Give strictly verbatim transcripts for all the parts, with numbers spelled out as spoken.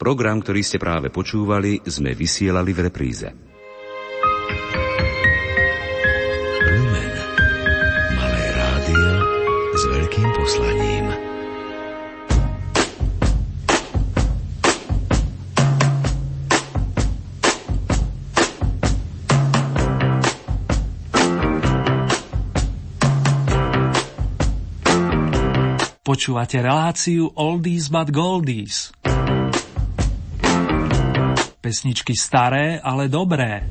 Program, ktorý ste práve počúvali, sme vysielali v repríze. Lumen. Malé rádio s veľkým poslaním. Počúvate reláciu Oldies but Goldies. Pesničky staré, ale dobré.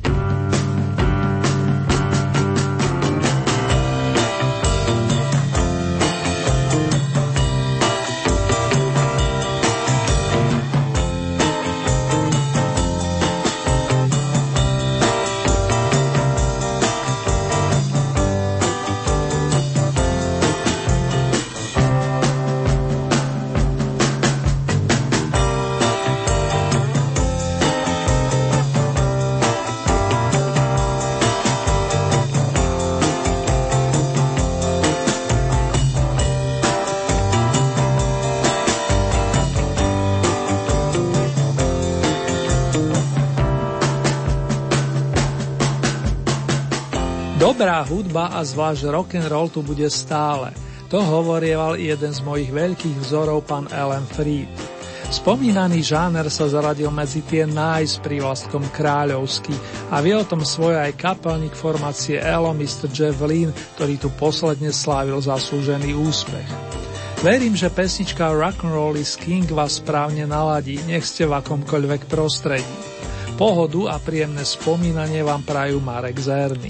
Dobrá hudba a zvlášť rock'n'roll tu bude stále. To hovorieval jeden z mojich veľkých vzorov, pán Alan Freed. Spomínaný žáner sa zaradil medzi tie nice s prívlastkom kráľovský a vie o tom svoje aj kapelník formácie Elo, mister Jeff Lynne, ktorý tu posledne slávil zaslúžený úspech. Verím, že pesnička Rock'n'Roll is King vás správne naladí, nech ste v akomkoľvek prostredí. Pohodu a príjemné spomínanie vám prajú Marek Zerný.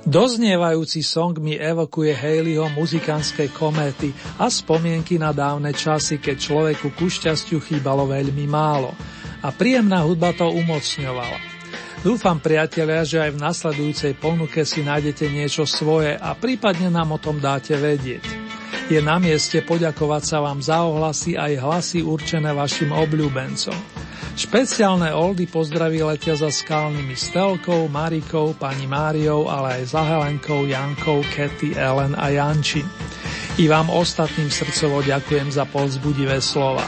Doznievajúci song mi evokuje Hayleyho muzikánske kométy a spomienky na dávne časy, keď človeku ku šťastiu chýbalo veľmi málo. A príjemná hudba to umocňovala. Dúfam, priatelia, že aj v nasledujúcej ponuke si nájdete niečo svoje a prípadne nám o tom dáte vedieť. Je na mieste poďakovať sa vám za ohlasy aj hlasy určené vašim obľúbencom. Špeciálne oldy pozdraví letia za skalnými Stelkou, Marikou, pani Máriou, ale aj za Helenkou, Jankou, Katy, Ellen a Janči. I vám ostatným srdcovo ďakujem za povzbudivé slova.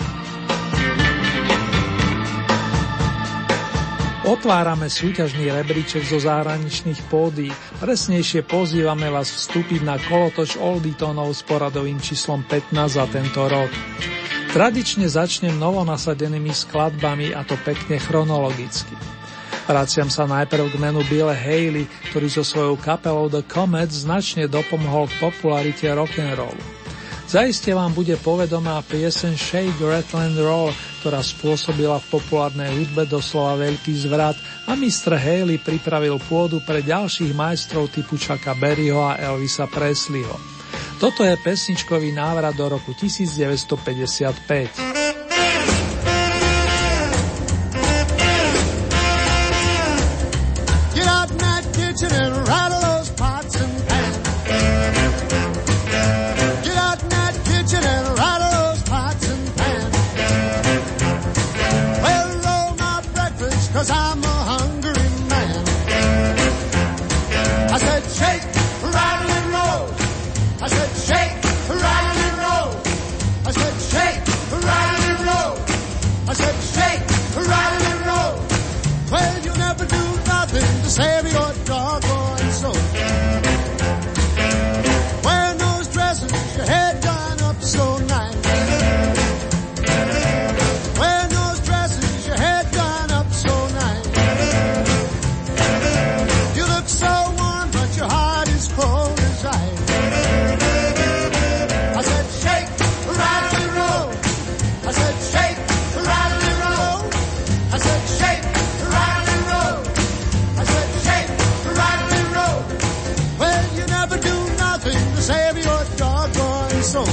Otvárame súťažný rebríček zo zahraničných pódií. Presnejšie pozývame vás vstúpiť na kolotoč olditonov s poradovým číslom pätnásť za tento rok. Tradične začnem novonasadenými skladbami, a to pekne chronologicky. Vraciam sa najprv k menu Bille Haley, ktorý so svojou kapelou The Comets značne dopomohol k popularite rock'n'rollu. Zaiste vám bude povedomá pieseň Shake, Rattle and Roll, ktorá spôsobila v populárnej hudbe doslova veľký zvrat, a mister Haley pripravil pôdu pre ďalších majstrov typu Chucka Berryho a Elvisa Presleyho. Toto je pesničkový návrat do roku devätnásťstopäťdesiatpäť. Get out in that kitchen and rattle those pots and pans. Get out in that kitchen and rattle those pots and pans. Well, roll my breakfast, 'cause I'm a hungry man. I said shake, rattle and roll. I said shake, rattle and roll. I said shake, rattle and roll. I said shake, rattle and roll. Well, you never do nothing to save your doggone soul. Wearing those dresses, your head done up so nice. Wearing those dresses, your head done up so nice. You look so warm, but your heart is cold as ice. I said shake, rattle and roll. I said shake, rattle and roll. I said shake, rattle and roll. I said shake, rattle and roll. Well, you never do nothing to save your doggone soul.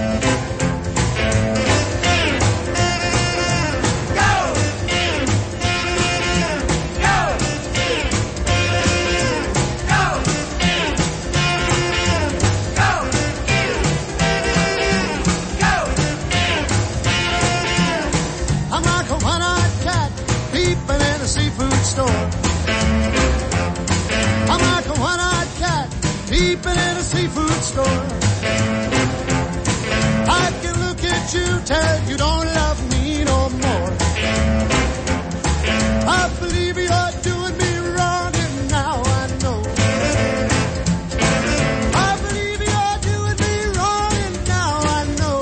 Seafood store. I'm like a one-eyed cat peeping in a seafood store. I can look at you, tell you don't love me no more. I believe you're doing me wrong, and now I know. I believe you're doing me wrong, and now I know.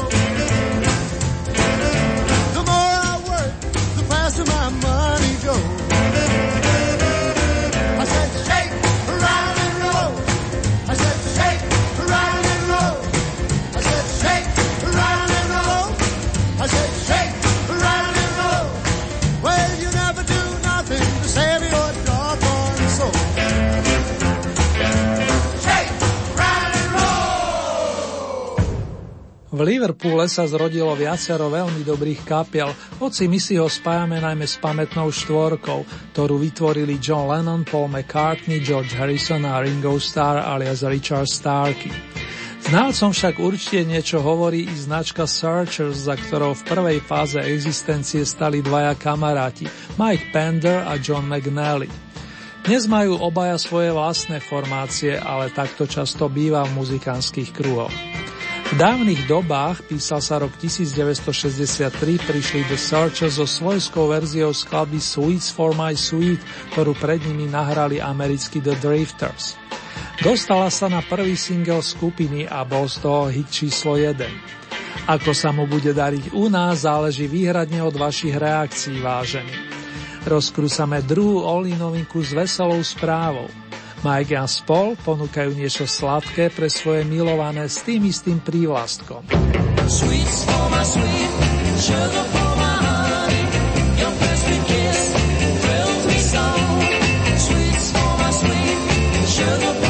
The more I work, the faster my money goes. I said shake, rattle and roll. I said shake, rattle and roll. I said shake, rattle and roll. I said shake, rattle and roll. Well, you never do nothing to save your doggone soul. Shake, rattle and roll. V Liverpoole sa zrodilo viacero veľmi dobrých kapiel, hoci my si ho spájame najmä s pamätnou štvorkou, ktorú vytvorili John Lennon, Paul McCartney, George Harrison a Ringo Starr alias Richard Starkey. Znalcom však určite niečo hovorí i značka Searchers, za ktorou v prvej fáze existencie stali dvaja kamaráti, Mike Pender a John McNally. Dnes majú obaja svoje vlastné formácie, ale takto často býva v muzikánskych kruhoch. V dávnych dobách, písal sa rok devätnásťstošesťdesiattri, prišli The Searchers so svojskou verziou skladby Sweets for my sweet, ktorú pred nimi nahrali americkí The Drifters. Dostala sa na prvý single skupiny a bol z toho hit číslo jeden. Ako sa mu bude dariť u nás, záleží výhradne od vašich reakcií, vážení. Rozkrúsame druhú Olly novinku s veselou správou. Mike a spol ponúkajú niečo sladké pre svoje milované s tým istým prívlastkom. Sweets for my sweet, sugar for my honey, your first kiss thrills me so. Sweets for my sweet, sugar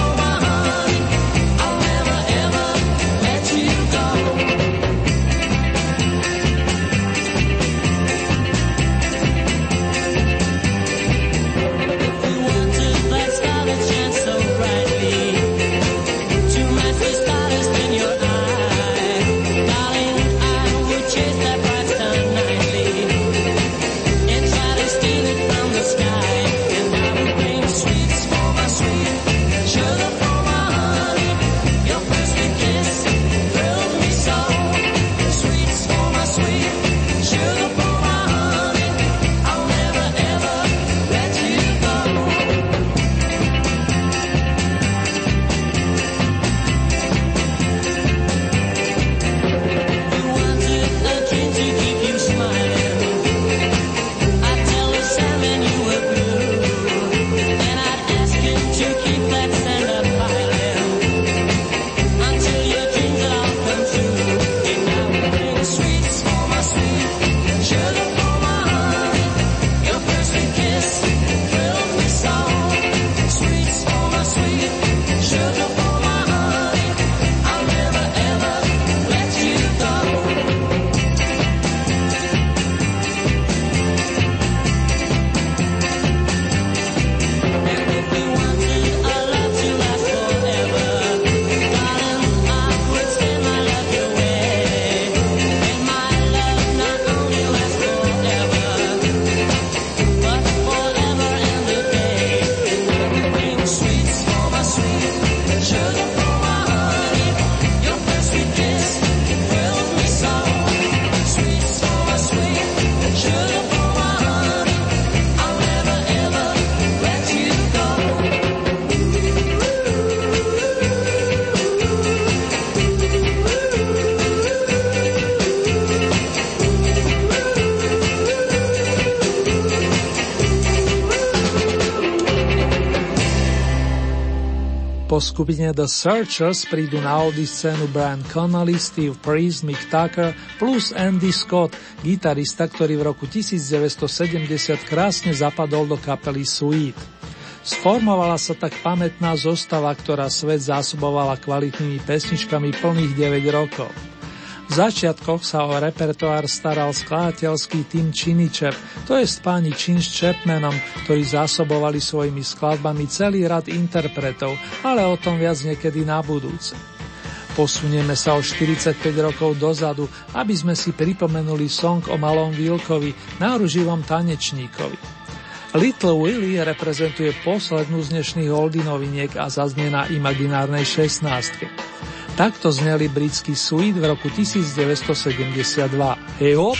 Po skupine The Searchers prídu na oldie scénu Brian Connolly, Steve Priest, Mick Tucker plus Andy Scott, gitarista, ktorý v roku devätnásťsedemdesiat krásne zapadol do kapely Sweet. Sformovala sa tak pamätná zostava, ktorá svet zásobovala kvalitnými pesničkami plných deväť rokov. V začiatkoch sa o repertoár staral skladateľský tým Chinichep, to jest páni Chin s Chapmanom, ktorí zásobovali svojimi skladbami celý rad interpretov, ale o tom viac niekedy na budúce. Posunieme sa o štyridsaťpäť rokov dozadu, aby sme si pripomenuli song o malom Wilkovi, náruživom tanečníkovi. Little Willie reprezentuje poslednú z dnešných oldie noviniek a zaznie na imaginárnej šestnástke. Takto zneli britský Sweet v roku devätnásťsedemdesiatdva. Hej hop!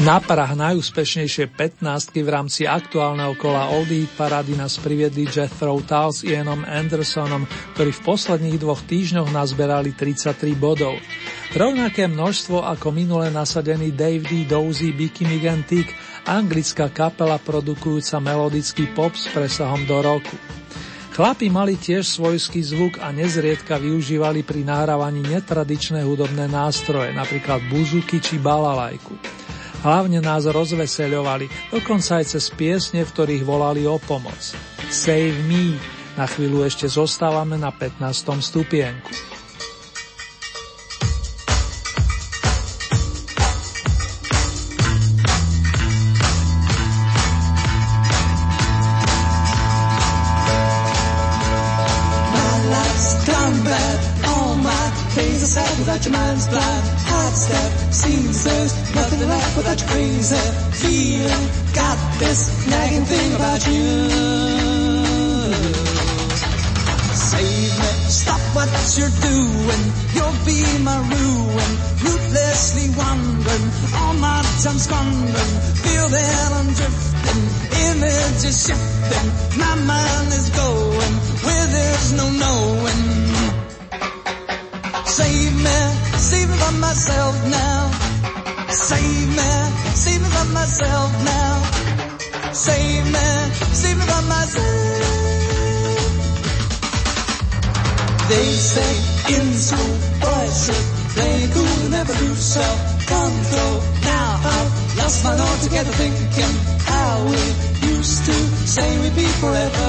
Na prah najúspešnejšie pätnástky v rámci aktuálneho kola Oldie parády nás priviedli Jethro Tull s Ianom Andersonom, ktorí v posledných dvoch týždňoch nazberali tridsaťtri bodov. Rovnaké množstvo ako minule nasadený Dave D. Dozy, Bicky Migantic, anglická kapela produkujúca melodický pop s presahom do roku. Chlapi mali tiež svojský zvuk a nezriedka využívali pri nahrávaní netradičné hudobné nástroje, napríklad buzuky či balalajku. Hlavne nás rozveseľovali, dokonca aj cez piesne, v ktorých volali o pomoc. Save me. Na chvíľu ešte zostávame na pätnástom stupienku. Without your mind's blind, hard step, seems there's nothing to laugh without your crazy feeling. Got this nagging thing about you. Save me, stop what you're doing. You'll be my ruin. Ruthlessly wandering, all my time squandering. Feel that I'm drifting, images shifting. My mind is going where there's no knowing. Save me, save me from myself now. Save me, save me from myself now. Save me, save me from myself. They say in school, boys should play cool, never lose self-control. Now I've lost my altogether thinking how we used to say we'd be forever.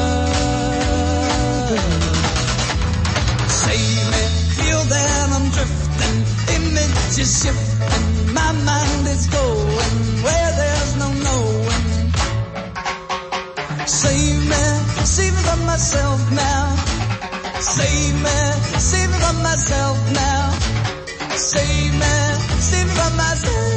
Save me. That I'm drifting, images shifting, my mind is going where there's no knowing. Save me, save me from myself now. Save me, save me from myself now. Save me, save me from myself.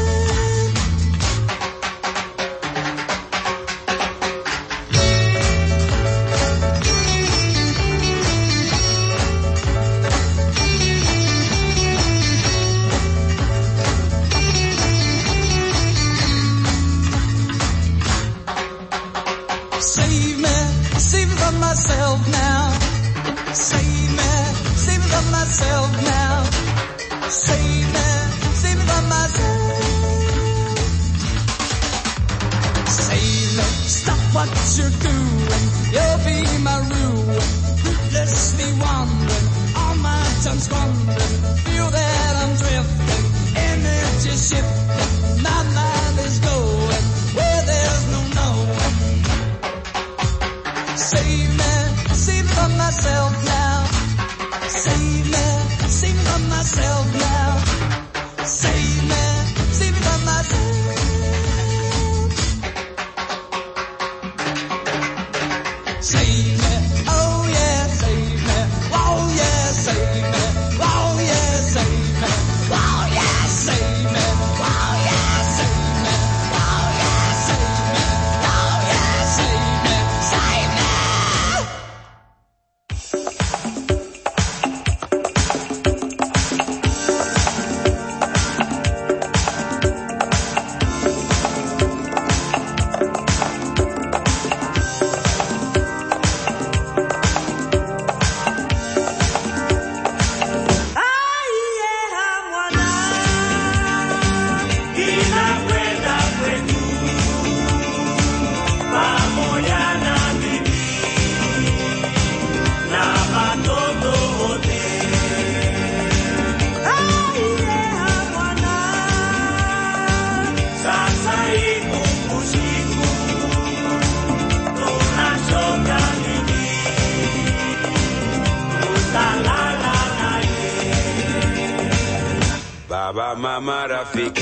Baba mama rafiki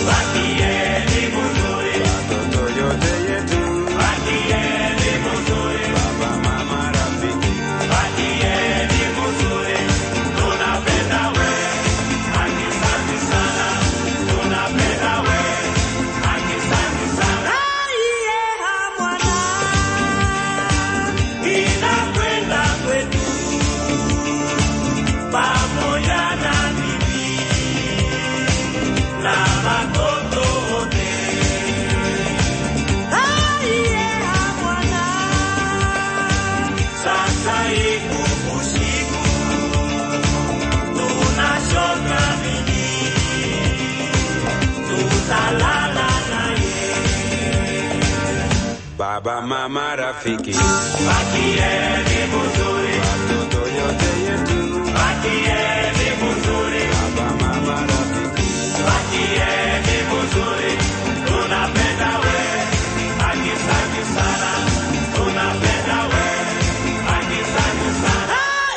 Wakieni muzuri Watoto yote yetu Wakieni muzuri Baba mama rafiki Wakieni muzuri Tunapenda we Akisanti sana Tunapenda we Akisanti sana Aiye hamwana Inakwenda kwetu pamoja na la makoto de Baba mama rafiki, wakieni muzuri, watoto yote yetu, wakieni muzuri, baba mama rafiki, wakieni muzuri, tunapenda we, akisangi sana, tunapenda we, akisangi sana.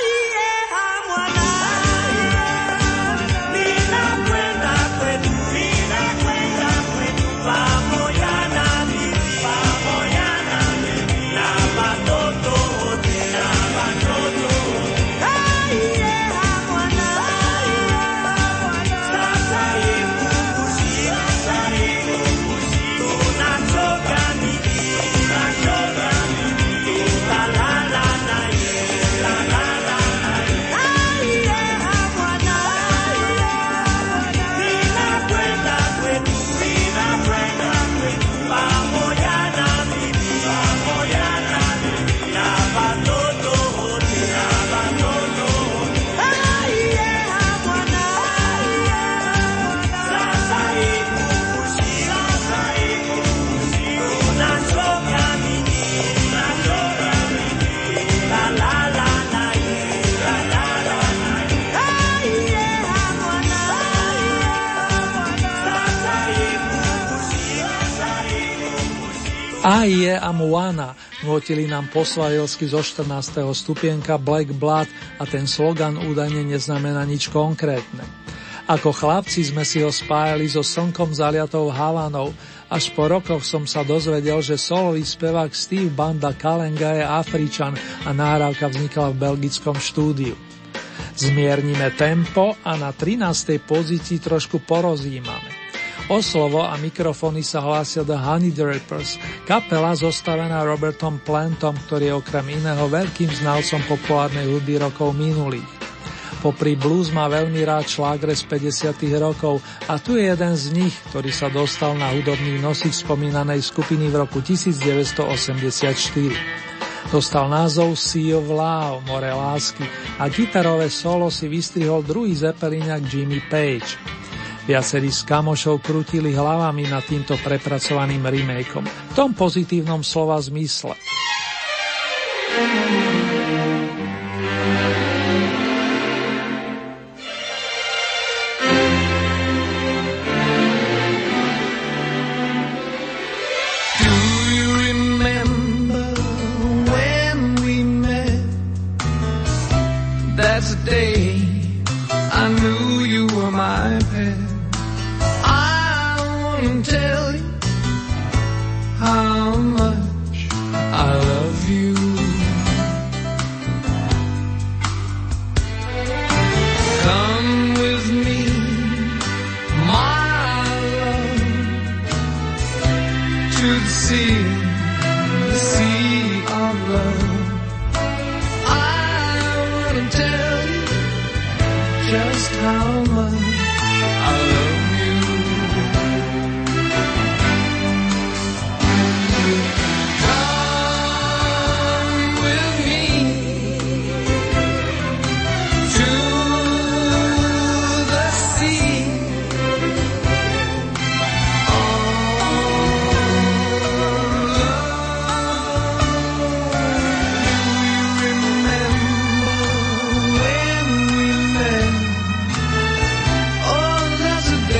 Aj je Amuana, notili nám po svahilsky zo štrnásteho stupienka Black Blood a ten slogan údajne neznamená nič konkrétne. Ako chlapci sme si ho spájali so slnkom zaliatou Havanou, až po rokoch som sa dozvedel, že solový spevák Steve Banda Kalenga je Afričan a nahrávka vznikla v belgickom štúdiu. Zmiernime tempo a na trinástej pozícii trošku porozímame. O slovo a mikrofóny sa hlásia The Honey Drippers, kapela zostavená Robertom Plantom, ktorý je okrem iného veľkým znalcom populárnej hudby rokov minulých. Popri blues má veľmi rád šlágre z päťdesiatych rokov a tu je jeden z nich, ktorý sa dostal na hudobný nosič spomínanej skupiny v roku devätnásťstoosemdesiatštyri. Dostal názov Sea of Love, more lásky, a gitarové solo si vystrihol druhý Zeppeliniak Jimmy Page. Viacerí z kamošov krútili hlavami nad týmto prepracovaným remakeom, v tom pozitívnom slova zmysle. Do you remember when we met? That's the day I knew you were my pet. Tell you how much I love you. Come with me, my love, to the sea, the sea of love. I want to tell you just how much I love you. That's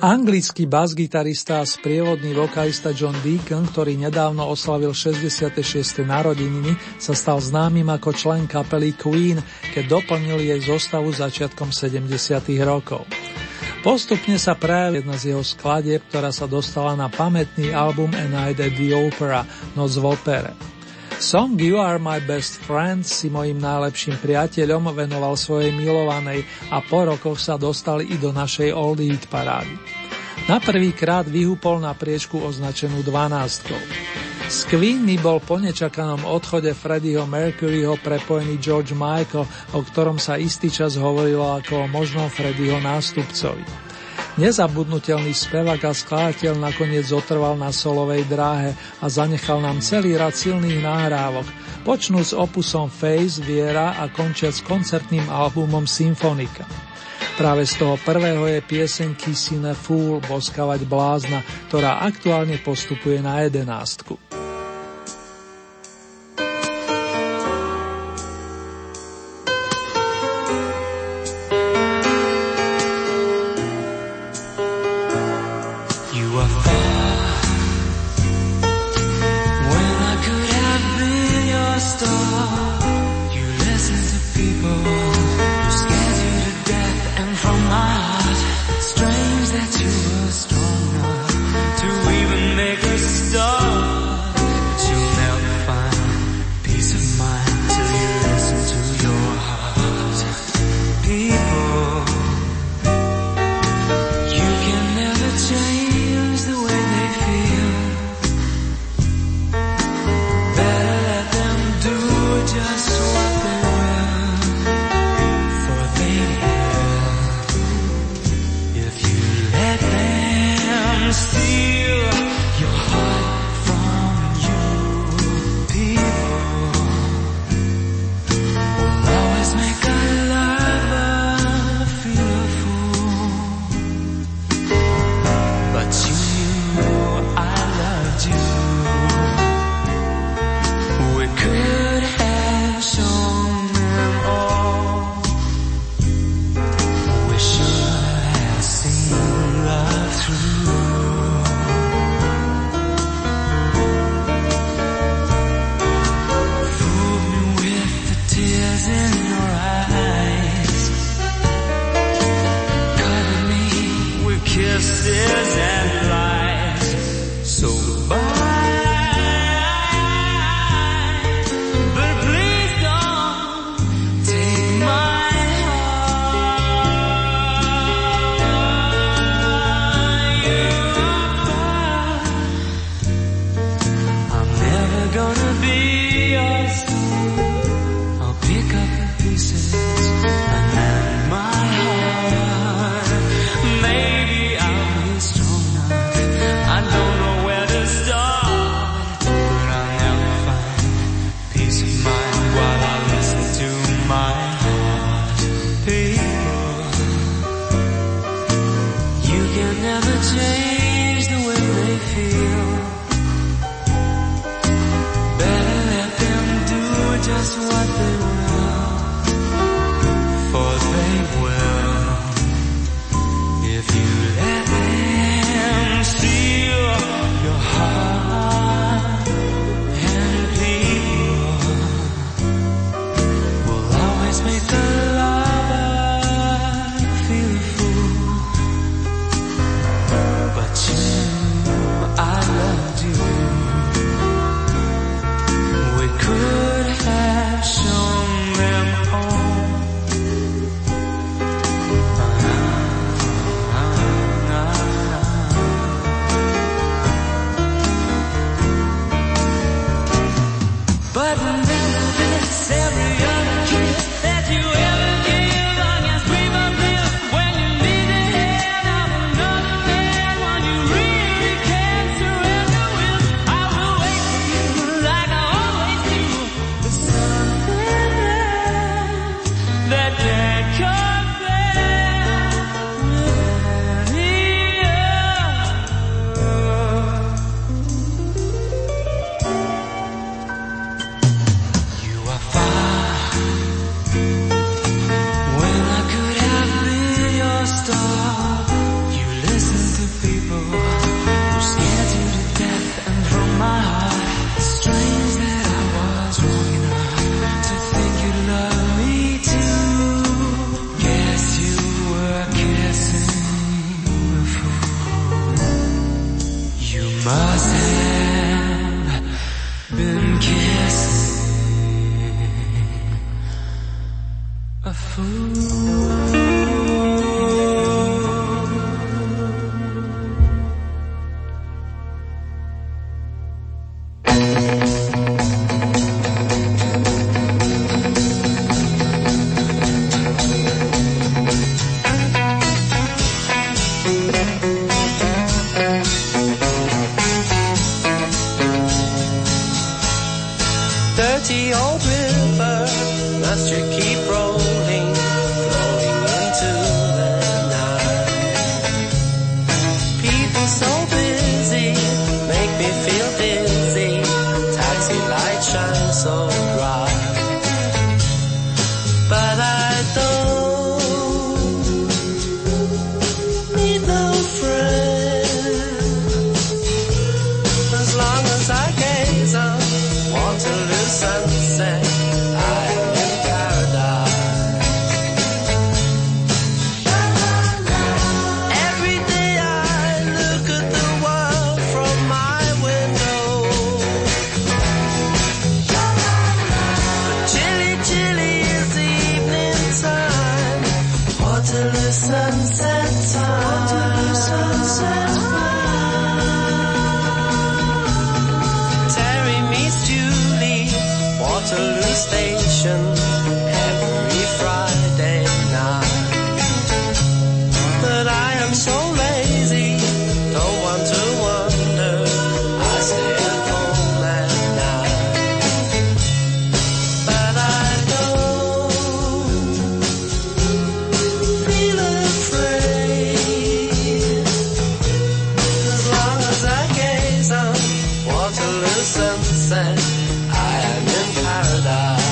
Anglický basgitarista a sprievodný vokalista John Deacon, ktorý nedávno oslavil šesťdesiate šieste narodeniny, sa stal známym ako člen kapely Queen, keď doplnil jej zostavu začiatkom sedemdesiatych rokov. Postupne sa prejavila jedna z jeho skladieb, ktorá sa dostala na pamätný album A Night at the Opera, Noc v opere. Song You Are My Best Friend si mojím najlepším priateľom venoval svojej milovanej a po rokoch sa dostali i do našej old hit parády. Na prvýkrát vyhúpol na priečku označenú dvanástkou. Z Queen mi bol po nečakanom odchode Freddieho Mercuryho prepojený George Michael, o ktorom sa istý čas hovorilo ako o možnom Freddieho nástupcovi. Nezabudnutelný spevák a skladateľ nakoniec zotrval na solovej dráhe a zanechal nám celý rad silných nahrávok, počnúc s opusom Face, Viera a končiac s koncertným albumom Symfonika. Práve z toho prvého je pieseň Kissing a Fool, boskavať blázna, ktorá aktuálne postupuje na jedenástku. But I'm so lazy, don't want to wander. I stay at home at night, but I don't feel afraid as long as I gaze on Waterloo sunset. I am in paradise.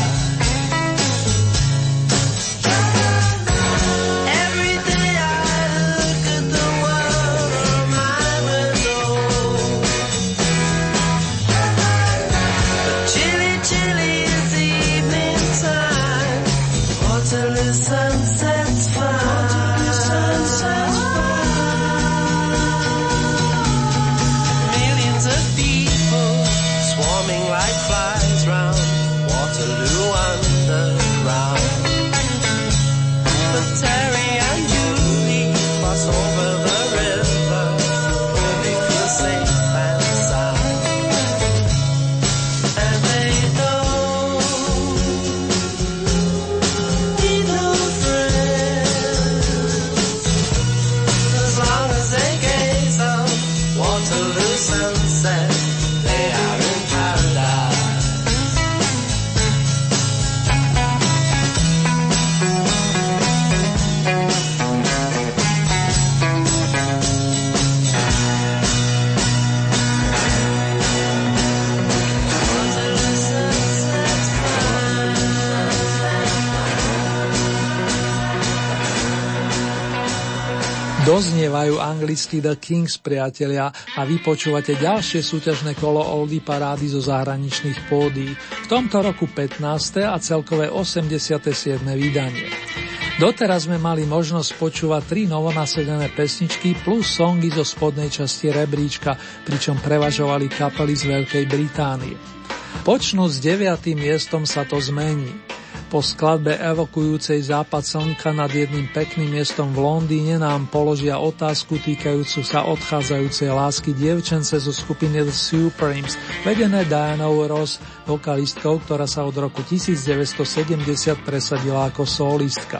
Doznievajú anglicky The Kings, priatelia, a vy počúvate ďalšie súťažné kolo Oldie parády zo zahraničných pódií. V tomto roku pätnáste a celkové osemdesiate siedme vydanie. Doteraz sme mali možnosť počúvať tri novonasedené pesničky plus songy zo spodnej časti rebríčka, pričom prevažovali kapely z Veľkej Británie. Počnúť s deviatym miestom sa to zmení. Po skladbe evokujúcej západ slnka nad jedným pekným miestom v Londýne nám položia otázku týkajúcu sa odchádzajúcej lásky dievčence zo skupiny The Supremes, vedené Dianou Ross, vokalistkou, ktorá sa od roku devätnásťsedemdesiat presadila ako solistka.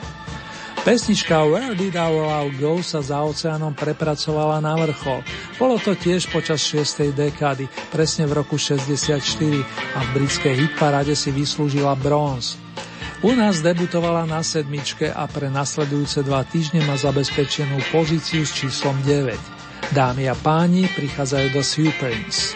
Pesnička Where Did Our Love Go sa za oceánom prepracovala na vrchol. Bolo to tiež počas šiestej dekády, presne v roku šesťdesiatštyri, a v britskej hitparáde si vyslúžila bronz. U nás debutovala na sedmičke a pre nasledujúce dva týždne má zabezpečenú pozíciu s číslom deväť. Dámy a páni, prichádzajú do Supremes.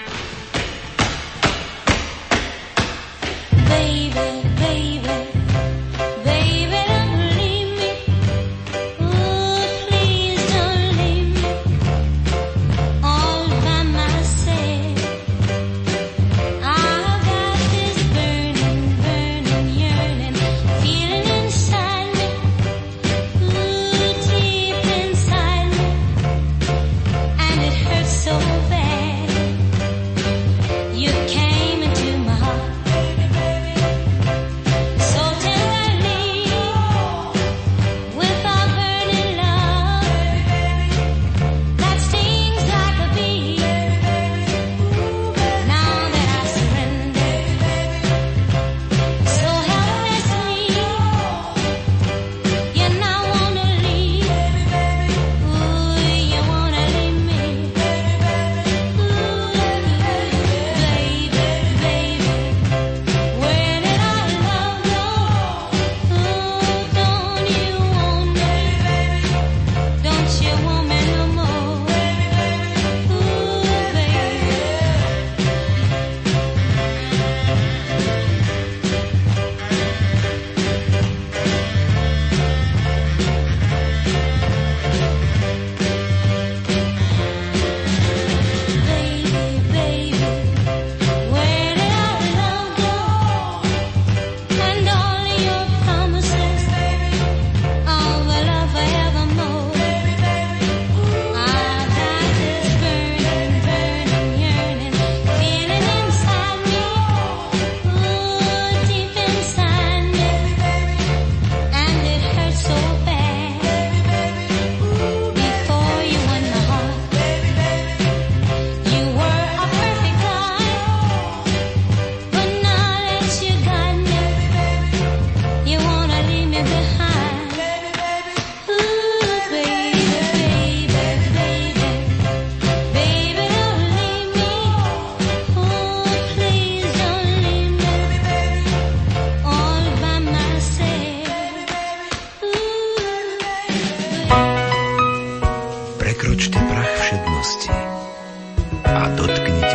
So bad.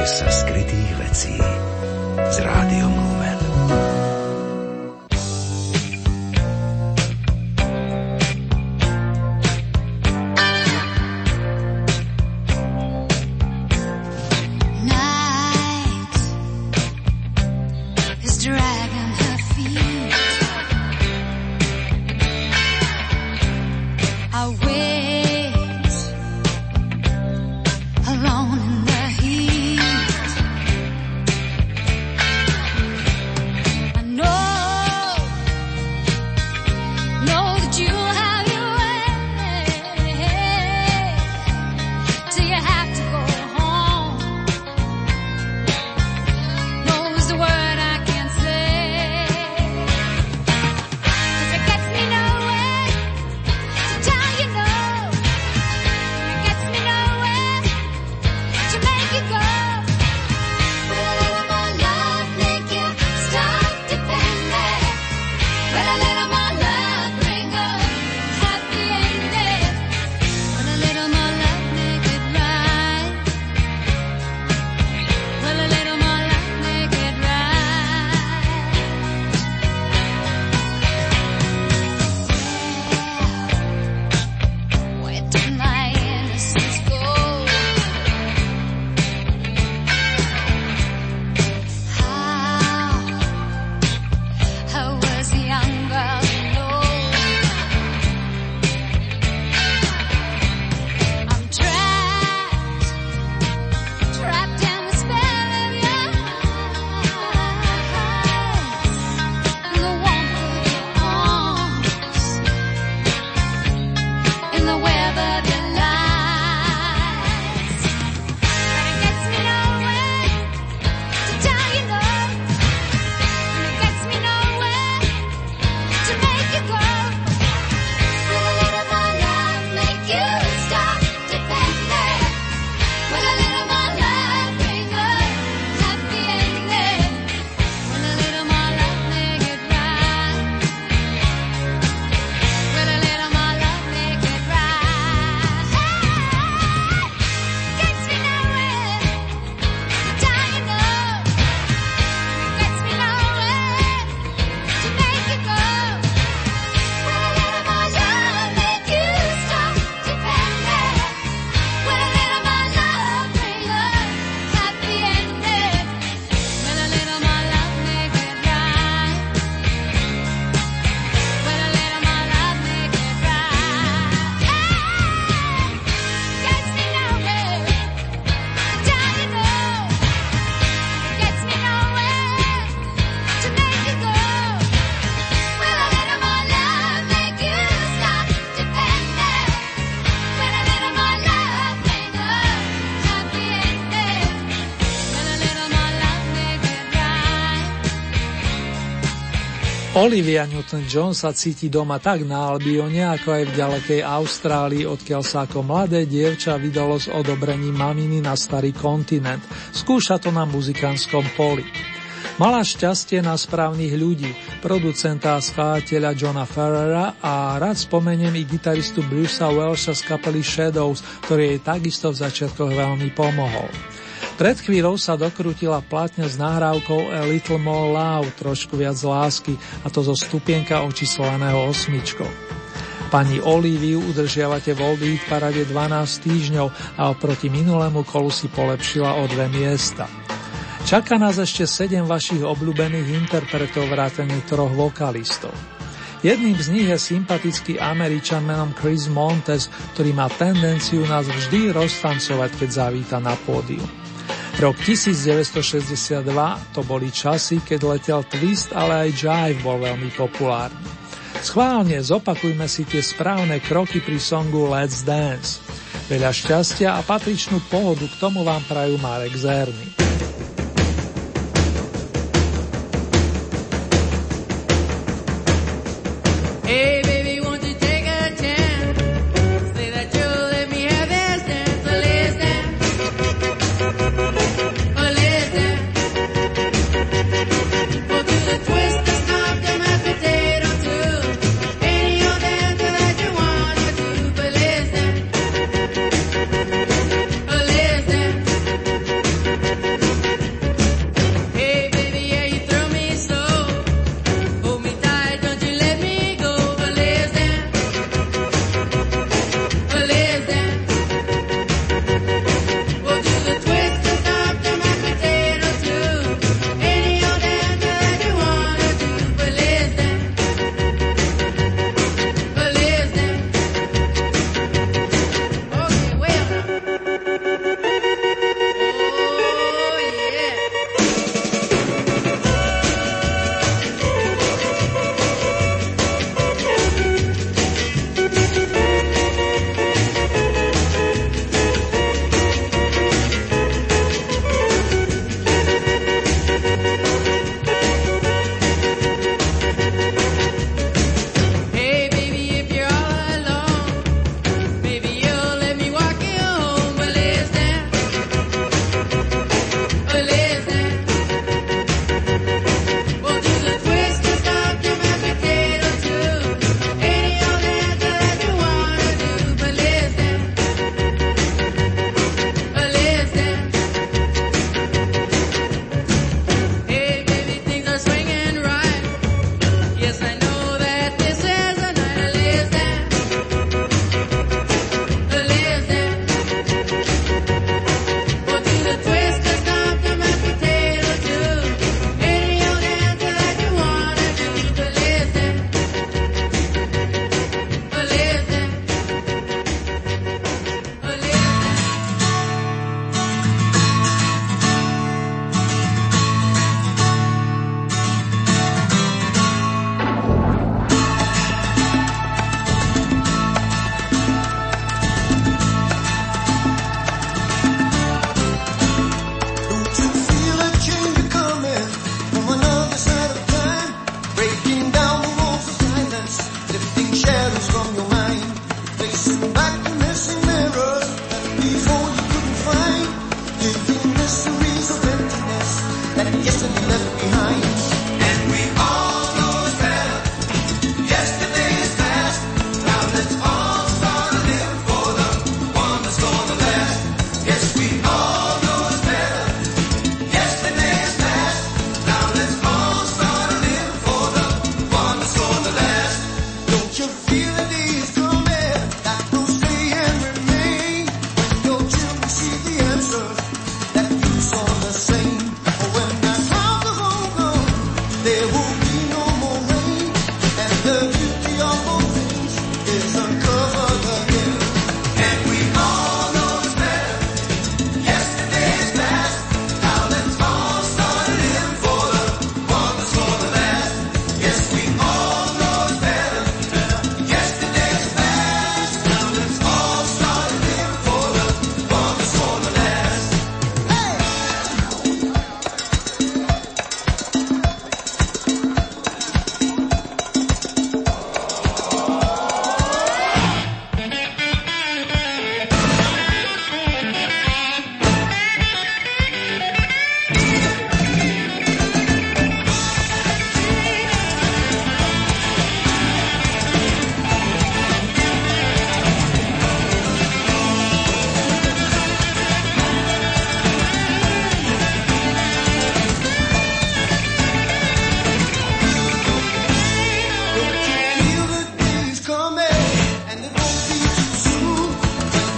sa skrytých vecí s Rádiom Lumen. Olivia Newton-John sa cíti doma tak na Albione, ako aj v ďalekej Austrálii, odkiaľ sa ako mladé dievča vydalo s odobrením maminy na starý kontinent. Skúša to na muzikánskom poli. Mala šťastie na správnych ľudí, producenta a skladateľa Johna Ferrera a rád spomeniem i gitaristu Brucea Welsha z kapely Shadows, ktorý jej takisto v začiatkoch veľmi pomohol. Pred chvíľou sa dokrútila platňa s nahrávkou A Little More Love, trošku viac lásky, a to zo stupienka očíslovaného osmičkou. Pani Oliviu udržiavate v Oldie Hit parade dvanásť týždňov a oproti minulému kolu si polepšila o dve miesta. Čaká nás ešte sedem vašich obľúbených interpretov vrátane troch vokalistov. Jedným z nich je sympatický Američan menom Chris Montes, ktorý má tendenciu nás vždy roztancovať, keď zavíta na pódium. Rok devätnásťstošesťdesiatdva to boli časy, keď letel twist, ale aj jive bol veľmi populárny. Schválne zopakujme si tie správne kroky pri songu Let's Dance. Veľa šťastia a patričnú pohodu k tomu vám prajú Marek Zerný. Hey baby, won't you take a chance? Say that you'll let me have this dance. Oh, listen. Oh, listen. Go to the twist, the stop, the mashed potato too. Any old dancer that you wanna do. But listen. Oh, listen.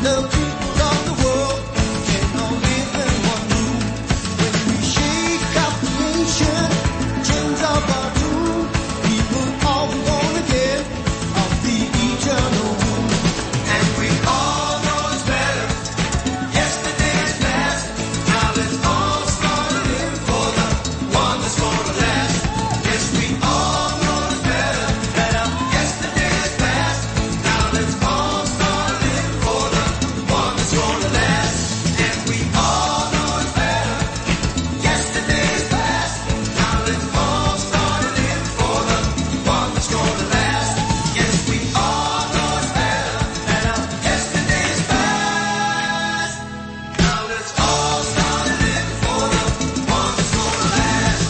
The people of the world can all live in one room. When we shake up the nation, change up our tune, people all born again of the eternal womb. And we all know it's better. Yesterday is past. Now let's all start living for the one that's gonna last. Yes, we all know it's better. Better. Yesterday is past. Now let's all start living for the one that's gonna last. And we all know it's better. Yesterday is past. Now let's all start living for the one that's gonna last. Yes, we all know it's better. Better. Yesterday is past. Now let's all start living for the one that's gonna last.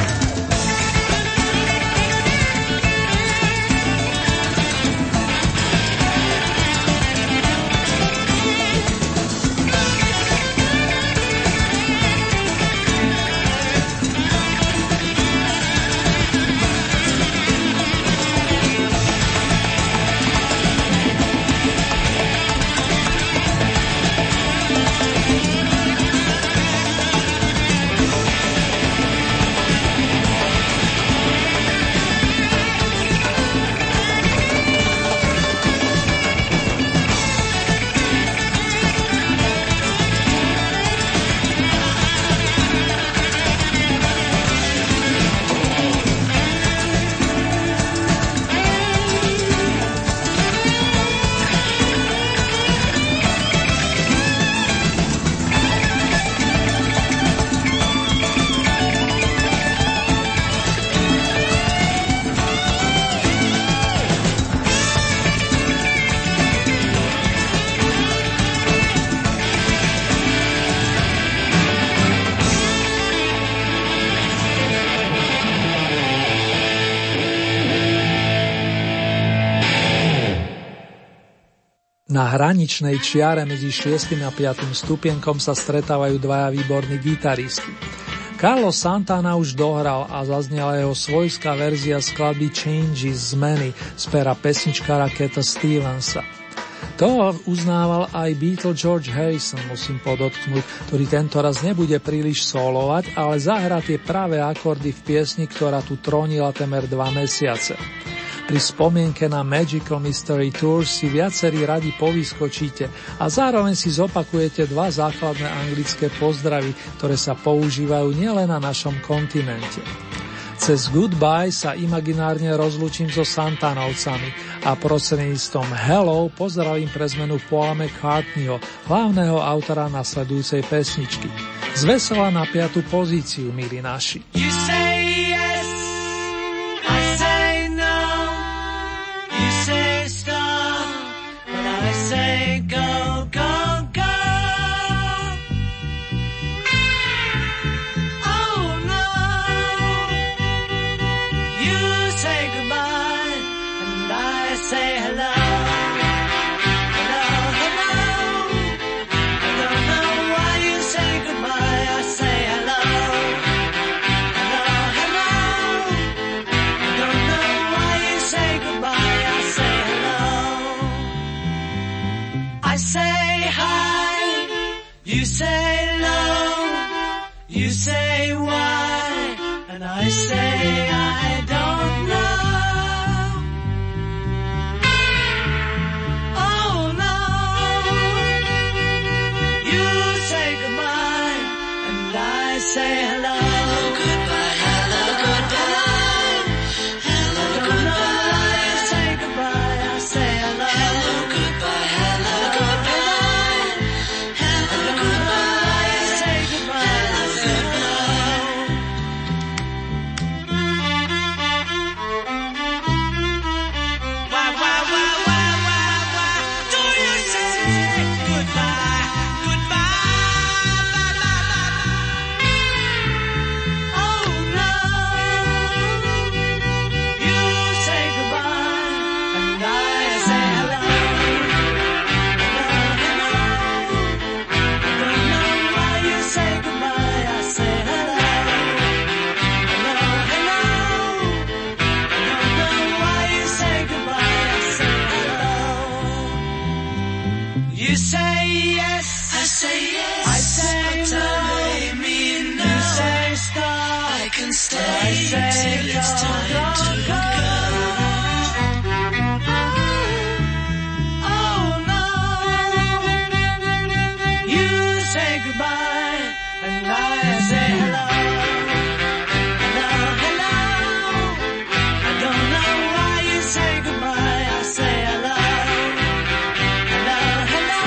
Na hraničnej čiare medzi šiestym a piatym stupienkom sa stretávajú dvaja výborní gitaristi. Carlos Santana už dohral a zaznela jeho svojská verzia skladby Changes, zmeny z pera pesničkára Cata Stevensa. To uznával aj Beatle George Harrison, musím podotknúť, ktorý tentoraz nebude príliš solovať, ale zahrá tie práve akordy v piesni, ktorá tu trónila temer dva mesiace. Pri spomienke na Magical Mystery Tour si viacerí radi povyskočíte a zároveň si zopakujete dva základné anglické pozdravy, ktoré sa používajú nielen na našom kontinente. Cez Goodbye sa imaginárne rozlúčim so Santanovcami a prostredníctvom Hello pozdravím pre zmenu Paula McCartneyho, hlavného autora nasledujúcej pesničky. Zvesela na piatu pozíciu, milí naši. You say yes, I say no. You say stop, but I say go, go, go. Oh no. You say goodbye, and I say hello. Hello, hello. I don't know why you say goodbye, I say hello. Hello, hello. I don't know why you say goodbye, I say hello. I say hi, you say low, you say why, and I say I don't know. Oh no. You say goodbye, and I say hello. Hello, goodbye, hello, goodbye. Hello, goodbye. You say goodbye, I say hello. Hello, goodbye, hello, goodbye. Hello, goodbye. You say goodbye, I say hello. say you're gone, oh no, you say goodbye and I say hello, hello, hello. I don't know why you say goodbye, I say hello, hello, hello.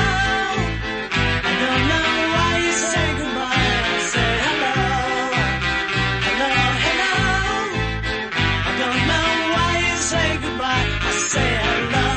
I don't know why you say goodbye, I say hello, hello, hello. I don't know why you say goodbye, I say hello,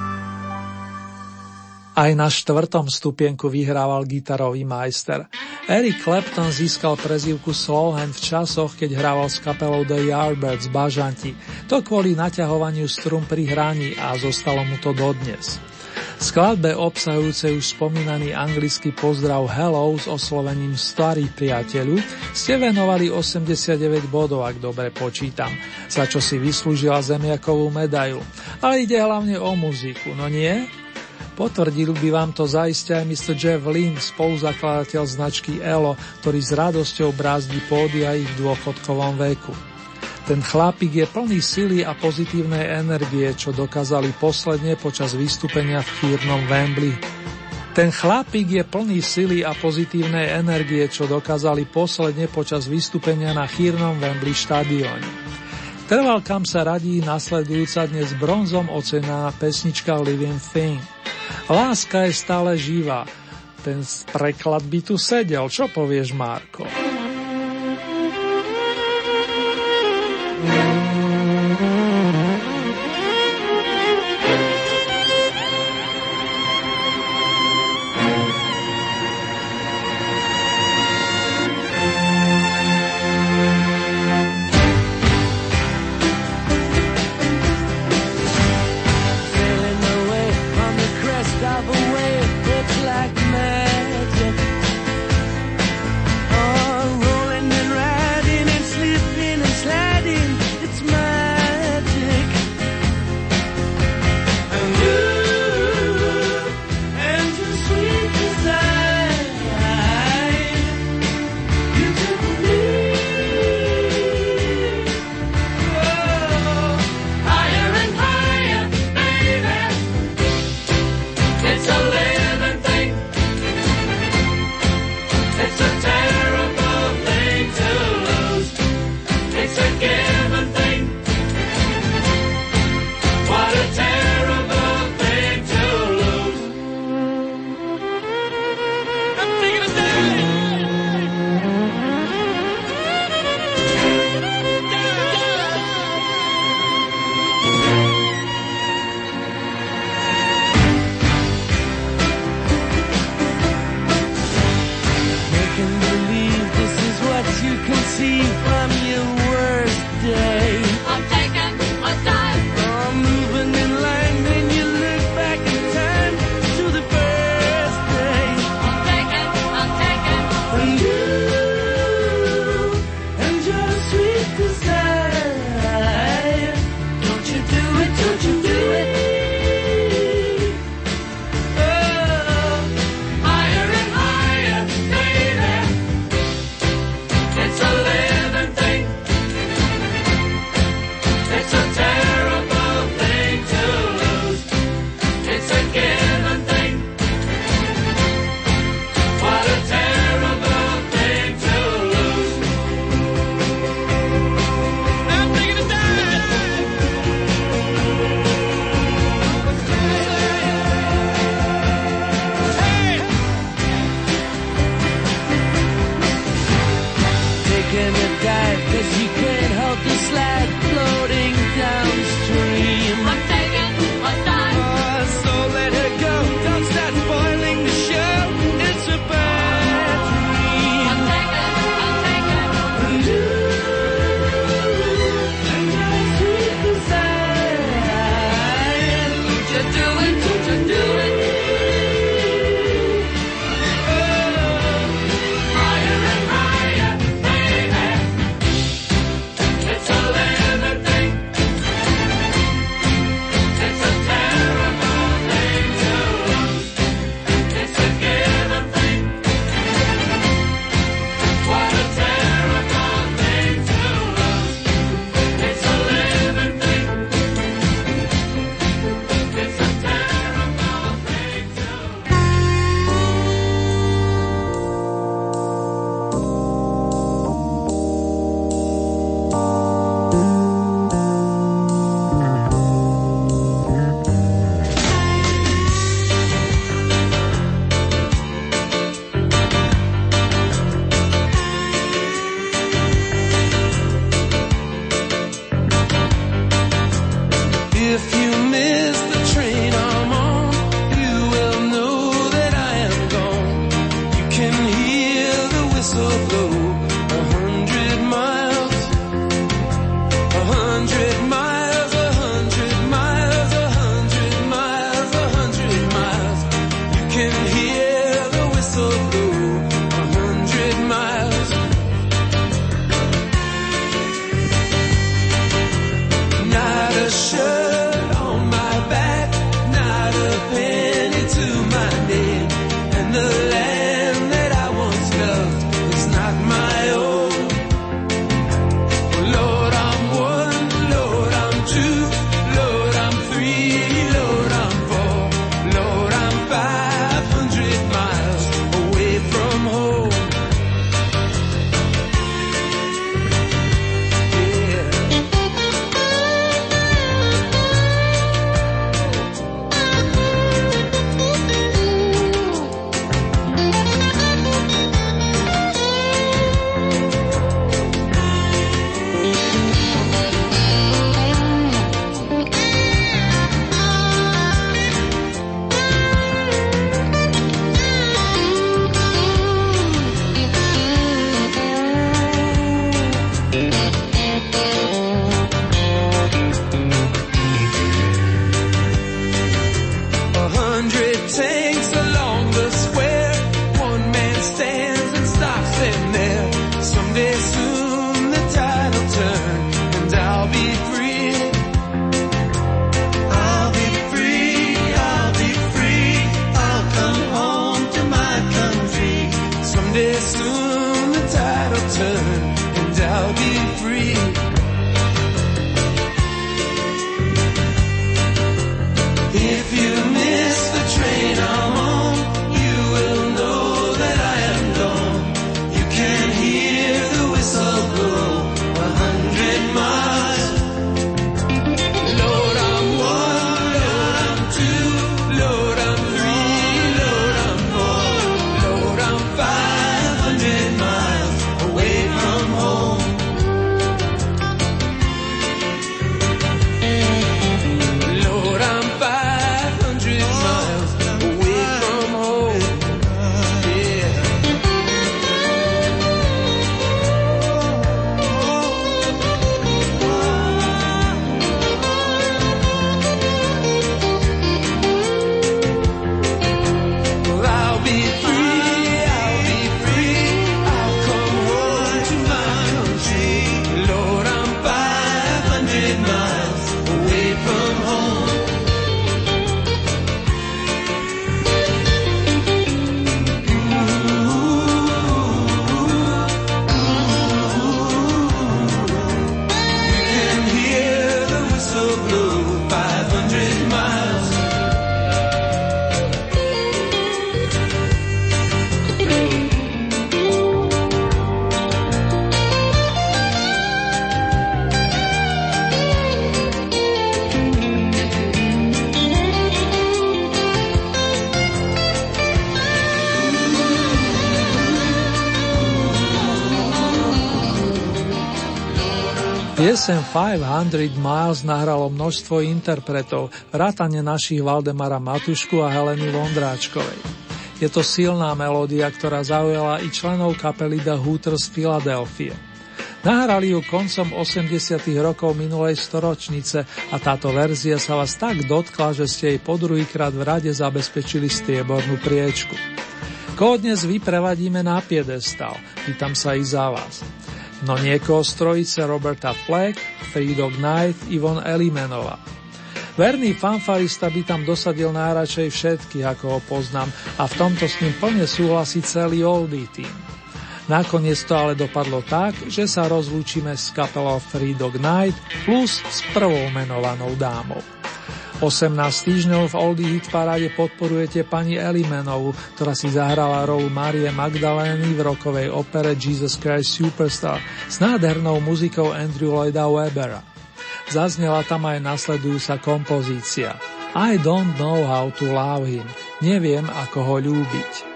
Aj na štvrtom stupienku vyhrával gitarový majster. Eric Clapton získal prezývku Soulhand v časoch, keď hrával s kapelou The Yardbirds Bažanti. To kvôli naťahovaniu strún pri hraní a zostalo mu to dodnes. V skladbe obsahujúcej už spomínaný anglický pozdrav Hello s oslovením starých priateľu ste venovali osemdesiatdeväť bodov, ak dobre počítam, za čo si vyslúžila zemiakovú medailu. Ale ide hlavne o muziku, no nie? Potvrdil by vám to zaiste aj mister Jeff Lynne, spoluzakladateľ značky Elo, ktorý s radosťou brázdi pódia ich v dôchodkovom veku. Ten chlapík je plný sily a pozitívnej energie, čo dokázali posledne počas vystúpenia v chýrnom Wembley. Ten chlapík je plný sily a pozitívnej energie, čo dokázali posledne počas vystúpenia na chýrnom Wembley štadióne. Trvalkám sa radí nasledujúca dnes bronzom ocenená pesnička Living Thing. Láska je stále živá. Ten preklad by tu sedel. Čo povieš, Marko? Someday soon the tide will turn and I'll be free. I'll be free, I'll be free. I'll come home to my country. Someday soon the tide will turn and I'll be free. If you miss the train I'm on, you will know that I am gone. You can hear the whistle blow a hundred miles. Lord, I'm one, Lord, I'm two, Lord, I'm three, Lord, I'm four, Lord, I'm five hundred miles away from home. Lord, I'm five hundred miles away from home. Yeah. Well, I'll be free, I'll be free. I'll come home to my country. Lord, I'm five hundred miles away from home. You can hear the whistle blow five hundred miles. Pieseň päťsto miles nahralo množstvo interpretov, vrátane našich Valdemara Matušku a Heleny Vondráčkovej. Je to silná melódia, ktorá zaujala i členov kapely The Hooters z Filadelfie. Nahrali ju koncom osemdesiatych rokov minulej storočnice a táto verzia sa vás tak dotkla, že ste jej po druhýkrát v rade zabezpečili striebornú priečku. Koho dnes vyprevadíme na piedestal? Pýtam sa i za vás. No niekoho z trojice Roberta Flack, Three Dog Night, Yvonne Ellimanová. Verný fanfarista by tam dosadil najradšej všetkých, ako ho poznám, a v tomto s ním plne súhlasí celý Oldie Team. Nakoniec to ale dopadlo tak, že sa rozlúčime s kapelou Three Dog Night plus s prvou menovanou dámou. osemnásť týždňov v Oldie Hit paráde podporujete pani Ellimanovu, ktorá si zahrala rolu Márie Magdalény v rockovej opere Jesus Christ Superstar s nádhernou muzikou Andrew Lloyda Webbera. Zaznela tam aj nasledujúca kompozícia I don't know how to love him. Neviem, ako ho ľúbiť.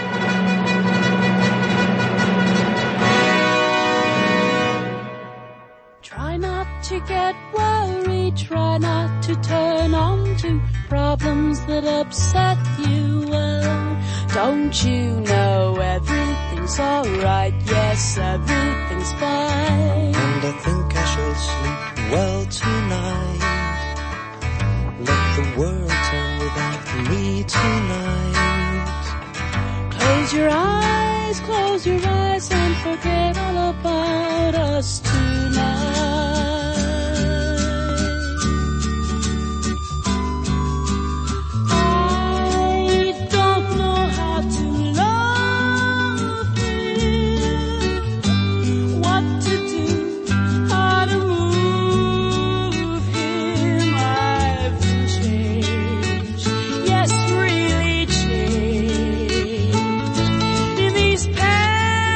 Try not to get worried, try not to turn on to problems that upset you. Well, don't you know everything's alright? Yes, everything's fine. And I think I shall sleep well tonight. Let the world turn without me tonight. Close your eyes, close your eyes and forget all about us tonight. Yes, really changed. In these past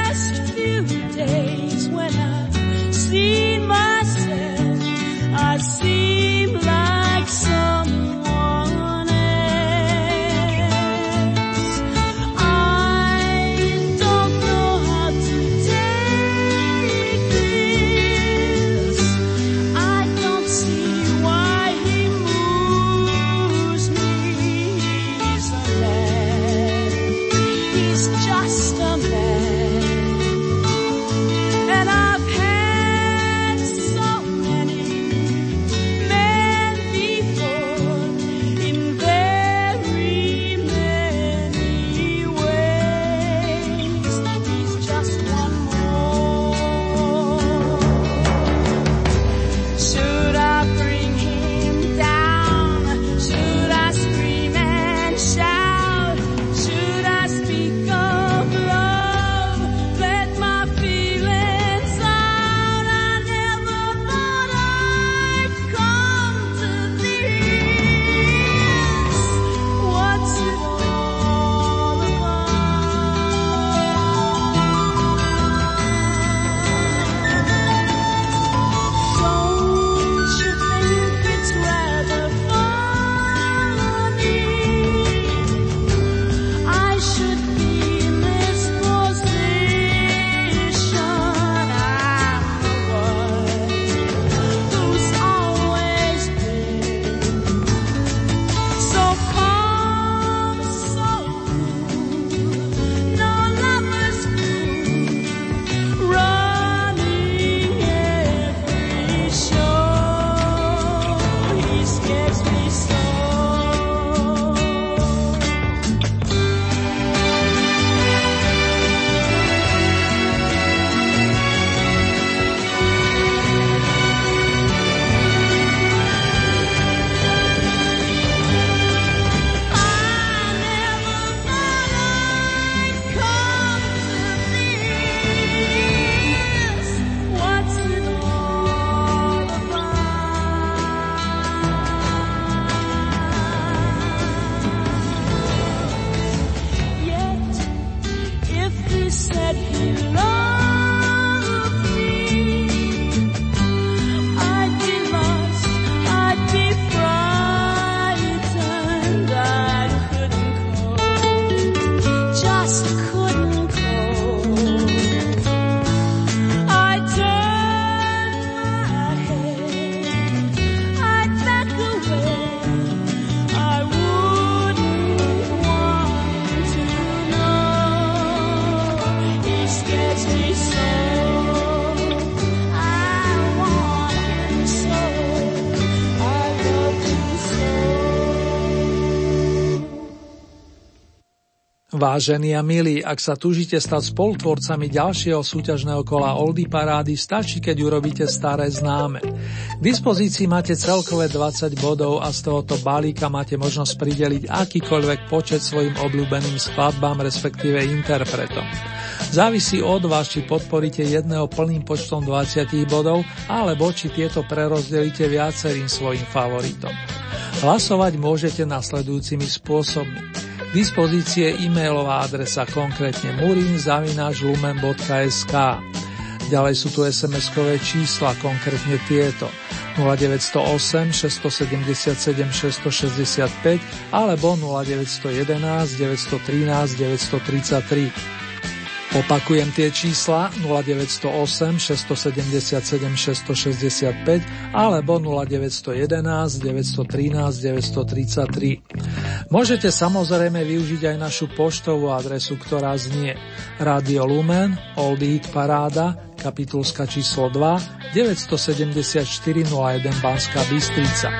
Vážení a milí, ak sa túžite stať spolutvorcami ďalšieho súťažného kola Oldie parády, stačí, keď urobíte staré známe. K dispozícii máte celkové dvadsať bodov a z tohoto balíka máte možnosť prideliť akýkoľvek počet svojim obľúbeným skladbám, respektíve interpretom. Závisí od vás, či podporíte jedného plným počtom dvadsať bodov, alebo či tieto prerozdelíte viacerým svojim favoritom. Hlasovať môžete nasledujúcimi spôsobmi. K dispozícii je e-mailová adresa, konkrétne murin zavináč lumen bodka es ká. Ďalej sú tu es em eskové čísla, konkrétne tieto nula deväť nula osem šesť sedem sedem šesť šesť päť alebo nula deväť jedna jedna deväť jedna tri deväť tri tri. Opakujem tie čísla nula deväť nula osem šesť sedem sedem šesť šesť päť alebo nula deväť jedna jedna deväť jedna tri deväť tri tri. Môžete samozrejme využiť aj našu poštovú adresu, ktorá znie Radio Lumen, Oldie Hit Paráda, Kapitulska číslo dva, deväť sedem štyri nula jeden Banská Bystrica.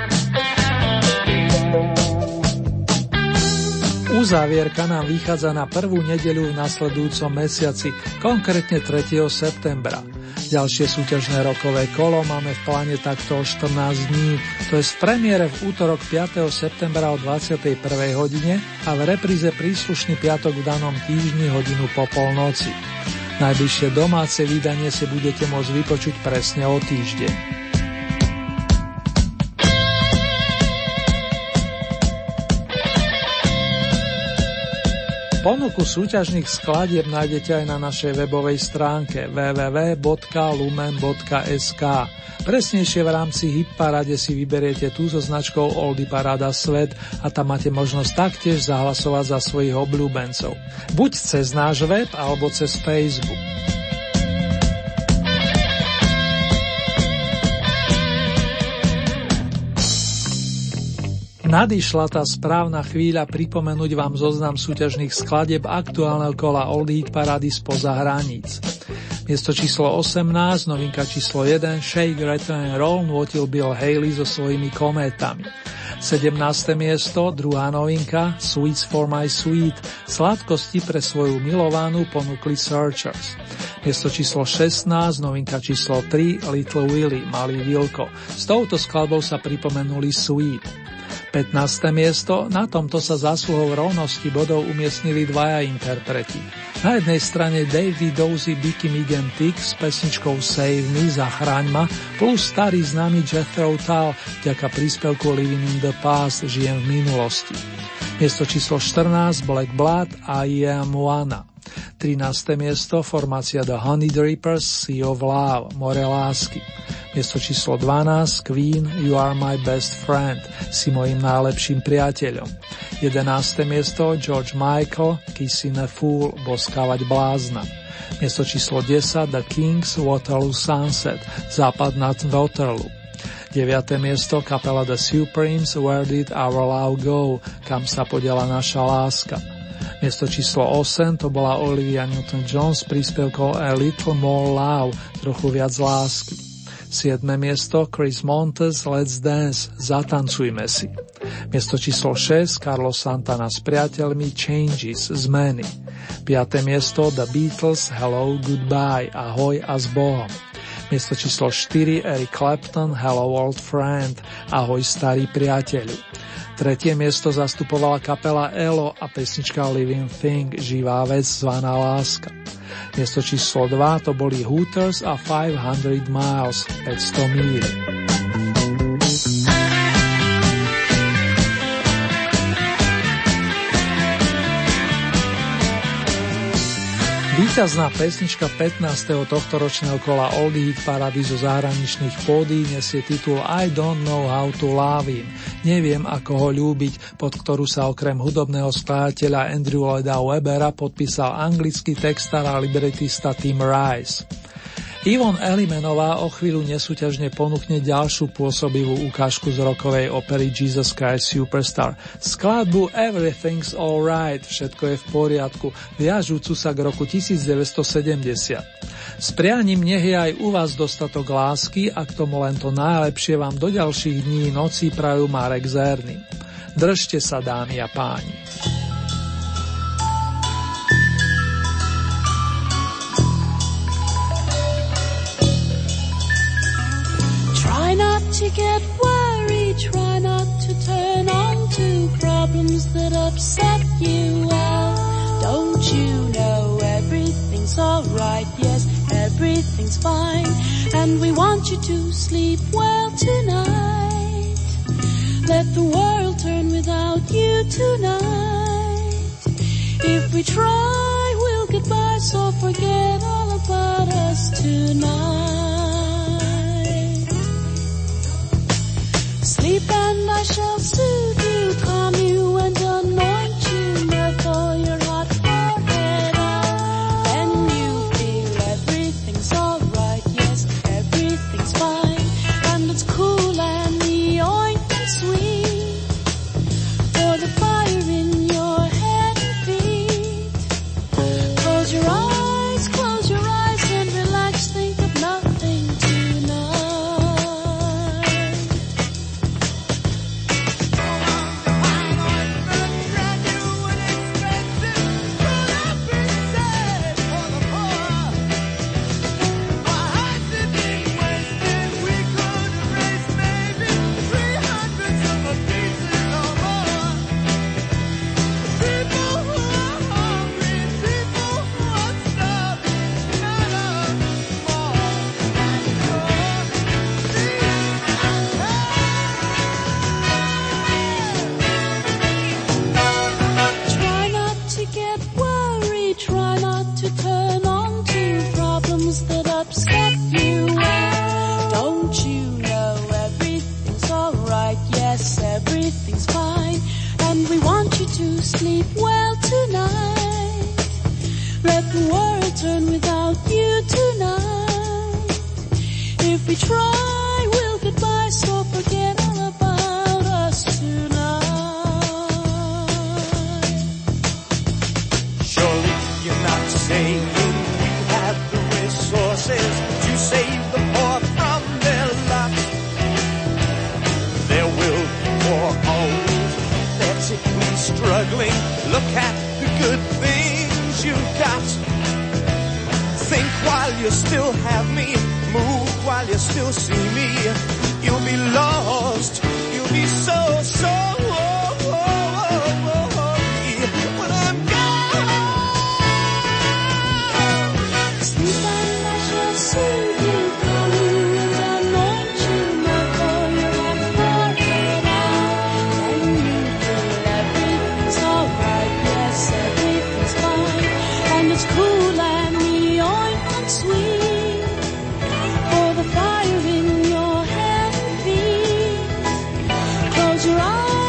Uzávierka nám vychádza na prvú nedeľu v nasledujúcom mesiaci, konkrétne tretieho septembra. Ďalšie súťažné rokové kolo máme v pláne takto o štrnásť dní, to je v premiére v útorok piateho septembra o dvadsiatej prvej hodine a v repríze príslušný piatok v danom týždni hodinu po polnoci. Najbližšie domáce vydanie si budete môcť vypočuť presne o týždeň. Ponuku súťažných skladieb nájdete aj na našej webovej stránke w w w bodka lumen bodka es ká. Presnejšie v rámci Hit Parade si vyberiete tú so značkou Oldie Paráda Svet a tam máte možnosť taktiež zahlasovať za svojich obľúbencov. Buď cez náš web alebo cez Facebook. Nadišla tá správna chvíľa pripomenúť vám zoznam súťažných skladieb aktuálneho kola Oldie Hit Parády spoza hraníc. Miesto číslo osemnásť, novinka číslo jeden, Shake, Rattle and Roll nôtil Bill Haley so svojimi kométami. sedemnáste miesto, druhá novinka, Sweets for my sweet, sladkosti pre svoju milovanú ponúkli Searchers. Miesto číslo šestnásť, novinka číslo tri, Little Willie, Malý Vilko. S touto skladbou sa pripomenuli Sweet. pätnáste miesto, na tomto sa zásluhou rovnosti bodov umiestnili dvaja interpreti. Na jednej strane Davey Dozy Bicky Megan Tick s pesničkou Save Me, Zachráň ma, plus starý známy Jethro Tull, vďaka príspevku Living in the Past, Žijem v minulosti. Miesto číslo štrnásť, Black Blood a I Am One. trináste miesto, formácia The Honey Drippers, Sea of Love, More lásky. Miesto číslo dvanásť, Queen, You Are My Best Friend, si mojím najlepším priateľom. jedenáste miesto, George Michael, Kissing a Fool, Boskávať blázna. Miesto číslo desať, The Kings, Waterloo Sunset, Západ nad Waterloo. deviate miesto, kapela The Supremes, Where Did Our Love Go, Kam sa podiela naša láska. Miesto číslo osem, to bola Olivia Newton-John s príspevkou A Little More Love, trochu viac lásky. siedme miesto, Chris Montes, Let's Dance, Zatancujme si. Miesto číslo šesť, Carlos Santana s priateľmi, Changes, Zmeny. piate miesto, The Beatles, Hello, Goodbye, Ahoj a s Bohom. Miesto číslo štyri, Eric Clapton, Hello, Old Friend, Ahoj, starý priateľu. Tretie miesto zastupovala kapela Elo a pesnička Living Thing, Živá vec, zvaná láska. Miesto číslo dva to boli Hooters a päťsto miles, päťsto míľ. Víťazná pesnička pätnásteho tohtoročného kola Oldie Hit Parády zo zahraničných pódií nesie titul I Don't Know How to Love Him, Neviem, ako ho ľúbiť, pod ktorú sa okrem hudobného skladateľa Andrew Lloyda Webbera podpísal anglický textár a libretista Tim Rice. Yvonne Ellimanová o chvíľu nesúťažne ponúkne ďalšiu pôsobivú ukážku z rockovej opery Jesus Christ Superstar. Skladbu Everything's Alright, všetko je v poriadku, viažúcu sa k roku devätnásťsedemdesiat. S prianím nech je aj u vás dostatok lásky a k tomu len to najlepšie vám do ďalších dní nocí prajú Marek Zerný. Držte sa, dámy a páni. to get worried, try not to turn on to problems that upset you. Well, don't you know everything's alright? Yes, everything's fine, and we want you to sleep well tonight. Let the world turn without you tonight. If we try, we'll get by, so forget all about us tonight. Sleep and I shall soothe you, calm you and anoint you, myrtle your hot forehead on. Then you feel everything's alright, yes, everything's fine, and it's cool and the ointment sweet for the fire in your head and feet. Close your eyes, close your eyes and relax, think of nothing tonight. Try not to get worried, try not to turn on to problems that upset you. Well, don't you know everything's alright? Yes, everything's fine, and we want you to sleep well tonight. Let the world turn without you tonight. If we try, we'll get by, so forget all about us tonight. Surely you're not saying we have the resources to save the poor from their lot. There will be more always pathetically struggling. Look at the good things you've got. Think while you still have me, move while you still see me. You'll be lost, you'll be so, so when I'm gone. Sleep and I shall soothe you, calm you and anoint you, myrtle your hot forehead on. Then you feel everything's alright, yes, everything's fine, and it's cool and the ointment sweet for the fire in your head and feet. Close your eyes.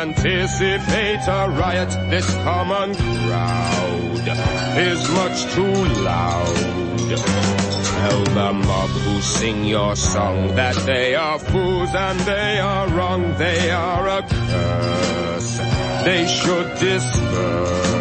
anticipate a riot. This common crowd is much too loud. Tell the mob who sing your song that they are fools and they are wrong. They are a curse. They should disperse.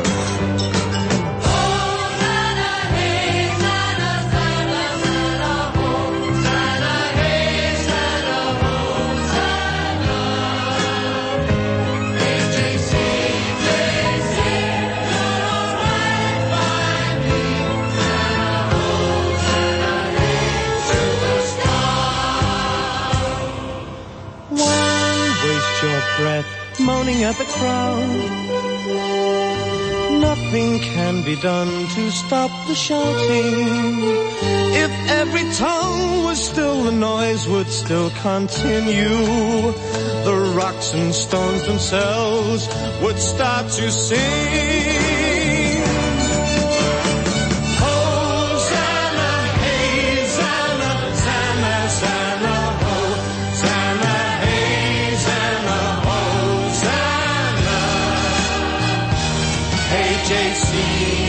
Breath moaning at the crowd. Nothing can be done to stop the shouting. If every tongue was still, the noise would still continue. The rocks and stones themselves would start to sing. J C